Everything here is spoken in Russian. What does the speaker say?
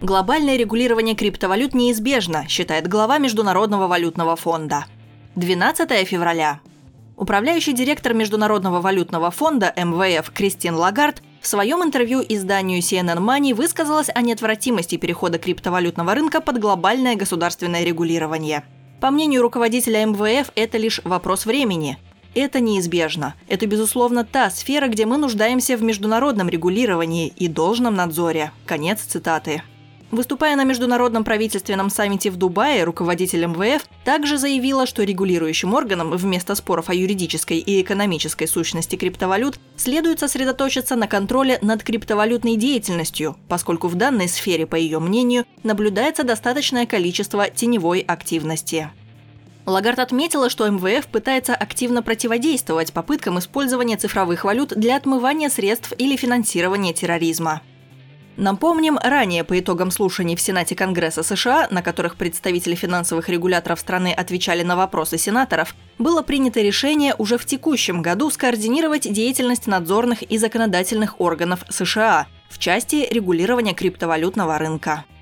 Глобальное регулирование криптовалют неизбежно, считает глава Международного валютного фонда. 12 февраля. Управляющий директор Международного валютного фонда МВФ Кристин Лагард в своем интервью изданию CNN Money высказалась о неотвратимости перехода криптовалютного рынка под глобальное государственное регулирование. По мнению руководителя МВФ, это лишь вопрос времени. Это неизбежно. Это, безусловно, та сфера, где мы нуждаемся в международном регулировании и должном надзоре. Конец цитаты. Выступая на международном правительственном саммите в Дубае, руководитель МВФ также заявила, что регулирующим органам вместо споров о юридической и экономической сущности криптовалют следует сосредоточиться на контроле над криптовалютной деятельностью, поскольку в данной сфере, по ее мнению, наблюдается достаточное количество теневой активности. Лагард отметила, что МВФ пытается активно противодействовать попыткам использования цифровых валют для отмывания средств или финансирования терроризма. Напомним, ранее по итогам слушаний в Сенате Конгресса США, на которых представители финансовых регуляторов страны отвечали на вопросы сенаторов, было принято решение уже в текущем году скоординировать деятельность надзорных и законодательных органов США в части регулирования криптовалютного рынка.